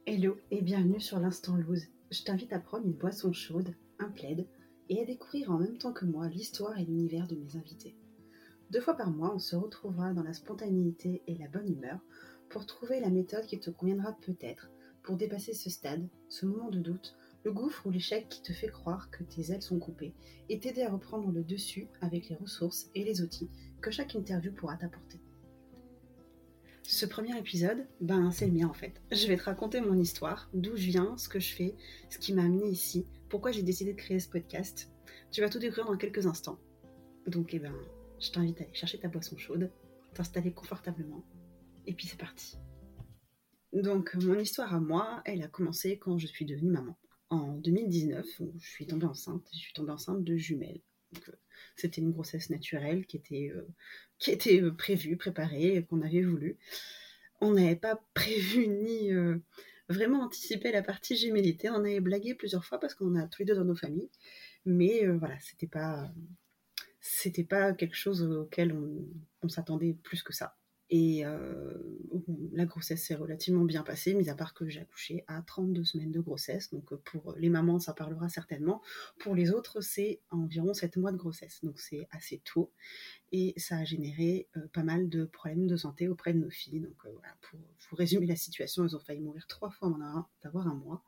Hello et bienvenue sur l'Instant Loose. Je t'invite à prendre une boisson chaude, un plaid, et à découvrir en même temps que moi l'histoire et l'univers de mes invités. 2 fois par mois, on se retrouvera dans la spontanéité et la bonne humeur pour trouver la méthode qui te conviendra peut-être pour dépasser ce stade, ce moment de doute, le gouffre ou l'échec qui te fait croire que tes ailes sont coupées et t'aider à reprendre le dessus avec les ressources et les outils que chaque interview pourra t'apporter. Ce premier épisode, c'est le mien en fait. Je vais te raconter mon histoire, d'où je viens, ce que je fais, ce qui m'a amené ici, pourquoi j'ai décidé de créer ce podcast. Tu vas tout découvrir dans quelques instants. Donc je t'invite à aller chercher ta boisson chaude, t'installer confortablement, et puis c'est parti. Donc mon histoire à moi, elle a commencé quand je suis devenue maman. En 2019, je suis tombée enceinte de jumelles. Donc, c'était une grossesse naturelle qui était prévue, préparée, qu'on avait voulu. On n'avait pas prévu ni vraiment anticipé la partie gémellité. On avait blagué plusieurs fois parce qu'on a tous les deux dans nos familles. Mais voilà, c'était pas quelque chose auquel on s'attendait plus que ça. Et la grossesse s'est relativement bien passée, mis à part que j'ai accouché à 32 semaines de grossesse. Donc pour les mamans, ça parlera certainement. Pour les autres, c'est environ 7 mois de grossesse. Donc c'est assez tôt. Et ça a généré pas mal de problèmes de santé auprès de nos filles. Donc voilà, pour résumer la situation, elles ont failli mourir 3 fois en d'avoir un mois.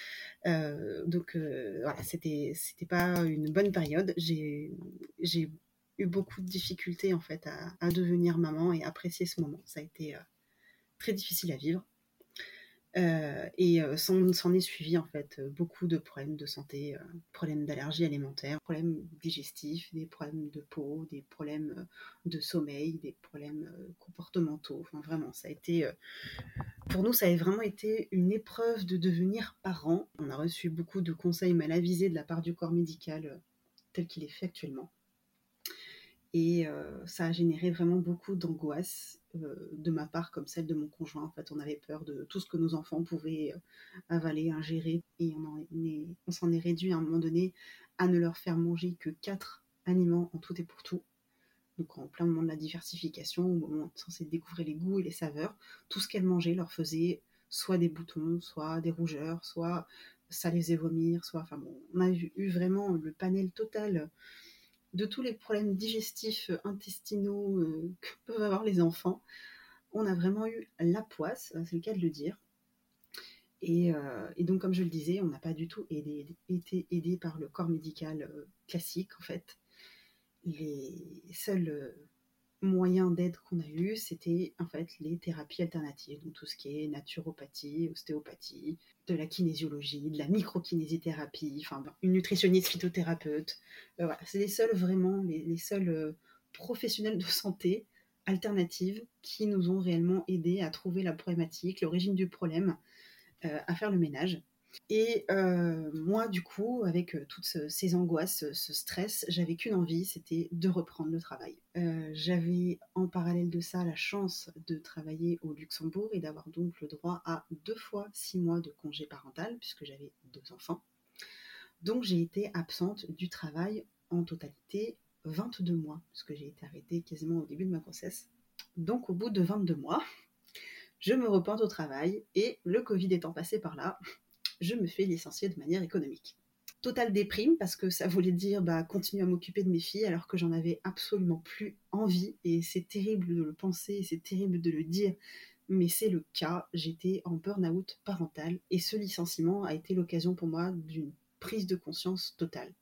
Voilà, c'était pas une bonne période. J'ai eu beaucoup de difficultés en fait à devenir maman et apprécier ce moment. Ça a été très difficile à vivre. S'en est suivi en fait beaucoup de problèmes de santé, problèmes d'allergie alimentaire, problèmes digestifs, des problèmes de peau, des problèmes de sommeil, des problèmes comportementaux. Enfin vraiment, ça a été pour nous, ça a vraiment été une épreuve de devenir parent. On a reçu beaucoup de conseils mal avisés de la part du corps médical tel qu'il est fait actuellement. Et ça a généré vraiment beaucoup d'angoisse de ma part comme celle de mon conjoint. En fait, on avait peur de tout ce que nos enfants pouvaient avaler, ingérer. Et on s'en est réduit à un moment donné à ne leur faire manger que 4 aliments en tout et pour tout. Donc en plein moment de la diversification, au moment où on est censé découvrir les goûts et les saveurs, tout ce qu'elles mangeaient leur faisait soit des boutons, soit des rougeurs, soit ça les faisait vomir, enfin bon, on a eu vraiment le panel total de tous les problèmes digestifs, intestinaux que peuvent avoir les enfants. On a vraiment eu la poisse, c'est le cas de le dire. Et donc, comme je le disais, on n'a pas du tout été aidé par le corps médical classique, en fait. Les seuls moyens d'aide qu'on a eu, c'était en fait les thérapies alternatives, donc tout ce qui est naturopathie, ostéopathie, de la kinésiologie, de la microkinésithérapie, enfin une nutritionniste phytothérapeute. Voilà, c'est les seuls vraiment, les seuls professionnels de santé alternatives qui nous ont réellement aidés à trouver la problématique, l'origine du problème, à faire le ménage. Et moi, du coup, avec toutes ces angoisses, ce stress, j'avais qu'une envie, c'était de reprendre le travail. J'avais en parallèle de ça la chance de travailler au Luxembourg et d'avoir donc le droit à 2 fois 6 mois de congé parental, puisque j'avais 2 enfants. Donc j'ai été absente du travail en totalité 22 mois, puisque j'ai été arrêtée quasiment au début de ma grossesse. Donc au bout de 22 mois, je me repointe au travail et le Covid étant passé par là, je me fais licencier de manière économique. Totale déprime parce que ça voulait dire continuer à m'occuper de mes filles alors que j'en avais absolument plus envie et c'est terrible de le penser, c'est terrible de le dire, mais c'est le cas. J'étais en burn-out parental et ce licenciement a été l'occasion pour moi d'une prise de conscience totale.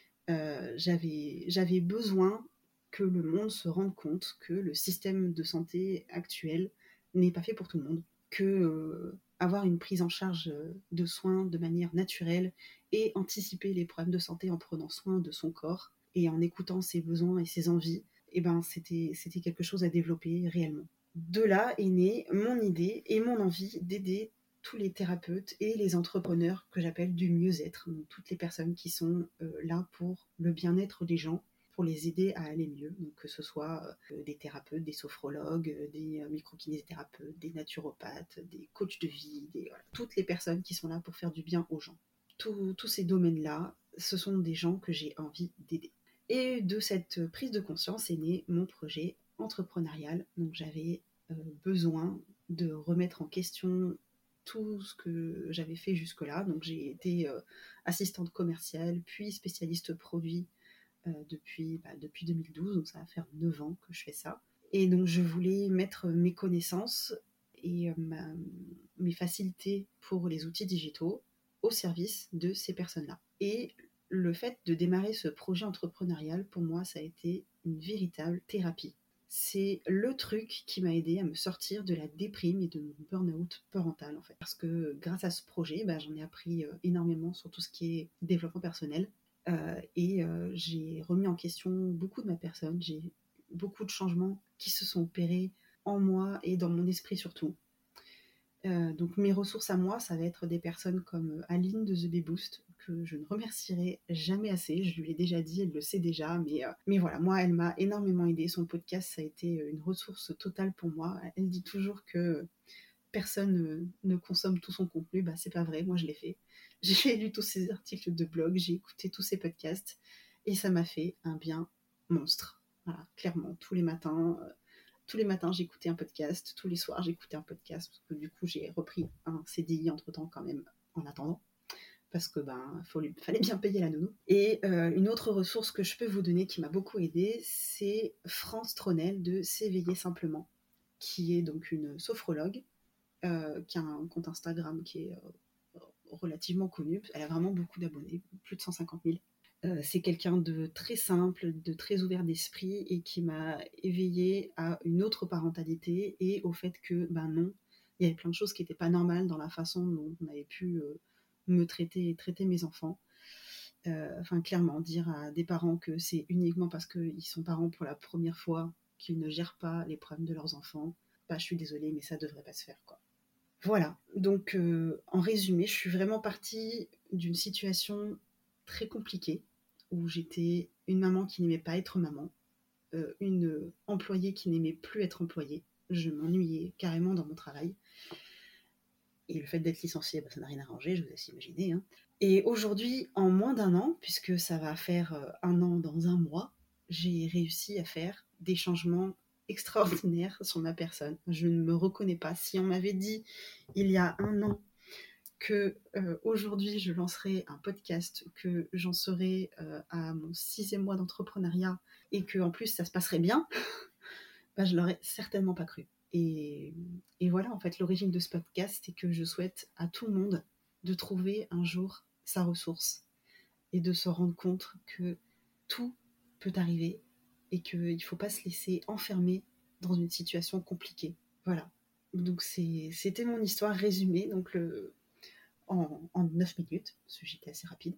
J'avais besoin que le monde se rende compte que le système de santé actuel n'est pas fait pour tout le monde, que avoir une prise en charge de soins de manière naturelle et anticiper les problèmes de santé en prenant soin de son corps et en écoutant ses besoins et ses envies, c'était quelque chose à développer réellement. De là est née mon idée et mon envie d'aider tous les thérapeutes et les entrepreneurs que j'appelle du mieux-être, donc toutes les personnes qui sont là pour le bien-être des gens, pour les aider à aller mieux, donc que ce soit des thérapeutes, des sophrologues, des microkinésithérapeutes, des naturopathes, des coachs de vie, voilà, toutes les personnes qui sont là pour faire du bien aux gens. Tous ces domaines-là, ce sont des gens que j'ai envie d'aider. Et de cette prise de conscience est né mon projet entrepreneurial. Donc j'avais besoin de remettre en question tout ce que j'avais fait jusque-là. Donc j'ai été assistante commerciale, puis spécialiste produit depuis 2012, donc ça va faire 9 ans que je fais ça. Et donc je voulais mettre mes connaissances et mes facilités pour les outils digitaux au service de ces personnes-là. Et le fait de démarrer ce projet entrepreneurial, pour moi, ça a été une véritable thérapie. C'est le truc qui m'a aidé à me sortir de la déprime et de mon burn-out parental, en fait. Parce que grâce à ce projet, j'en ai appris énormément sur tout ce qui est développement personnel. J'ai remis en question beaucoup de ma personne. J'ai beaucoup de changements qui se sont opérés en moi et dans mon esprit surtout. Donc mes ressources à moi, ça va être des personnes comme Aline de The Bee Boost, que je ne remercierai jamais assez. Je lui ai déjà dit, elle le sait déjà, mais voilà, moi, elle m'a énormément aidée. Son podcast, ça a été une ressource totale pour moi. Elle dit toujours que personne ne consomme tout son contenu. C'est pas vrai, moi je l'ai fait. J'ai lu tous ses articles de blog, j'ai écouté tous ses podcasts, et ça m'a fait un bien monstre. Voilà, clairement, tous les matins, j'écoutais un podcast, tous les soirs, j'écoutais un podcast, parce que du coup, j'ai repris un CDI entre-temps quand même, en attendant, parce que fallait bien payer la nounou. Et une autre ressource que je peux vous donner qui m'a beaucoup aidée, c'est France Tronel de S'éveiller simplement, qui est donc une sophrologue, qui a un compte Instagram qui est relativement connu. Elle a vraiment beaucoup d'abonnés, plus de 150 000. C'est quelqu'un de très simple, de très ouvert d'esprit et qui m'a éveillée à une autre parentalité et au fait que, non, il y avait plein de choses qui n'étaient pas normales dans la façon dont on avait pu me traiter mes enfants. Clairement, dire à des parents que c'est uniquement parce qu'ils sont parents pour la première fois qu'ils ne gèrent pas les problèmes de leurs enfants, je suis désolée, mais ça devrait pas se faire, quoi. Voilà, donc en résumé, je suis vraiment partie d'une situation très compliquée où j'étais une maman qui n'aimait pas être maman, une employée qui n'aimait plus être employée. Je m'ennuyais carrément dans mon travail. Et le fait d'être licenciée, ça n'a rien arrangé, je vous laisse imaginer. Hein. Et aujourd'hui, en moins d'un an, puisque ça va faire un an dans un mois, j'ai réussi à faire des changements extraordinaires sur ma personne. Je ne me reconnais pas. Si on m'avait dit il y a un an que aujourd'hui je lancerai un podcast, que j'en serai à mon 6e mois d'entrepreneuriat et que en plus ça se passerait bien, je l'aurais certainement pas cru. Et voilà, en fait, l'origine de ce podcast, c'est que je souhaite à tout le monde de trouver un jour sa ressource et de se rendre compte que tout peut arriver et qu'il ne faut pas se laisser enfermer dans une situation compliquée. Voilà. Donc c'était mon histoire résumée donc en 9 minutes, parce que j'étais assez rapide.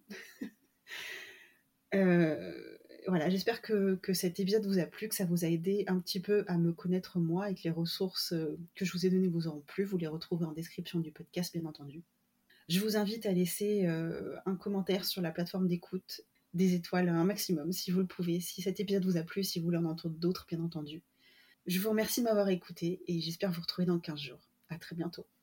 Voilà, j'espère que cet épisode vous a plu, que ça vous a aidé un petit peu à me connaître moi et que les ressources que je vous ai données vous auront plu. Vous les retrouvez en description du podcast, bien entendu. Je vous invite à laisser un commentaire sur la plateforme d'écoute, des étoiles un maximum, si vous le pouvez, si cet épisode vous a plu, si vous voulez en entendre d'autres, bien entendu. Je vous remercie de m'avoir écouté et j'espère vous retrouver dans 15 jours. À très bientôt.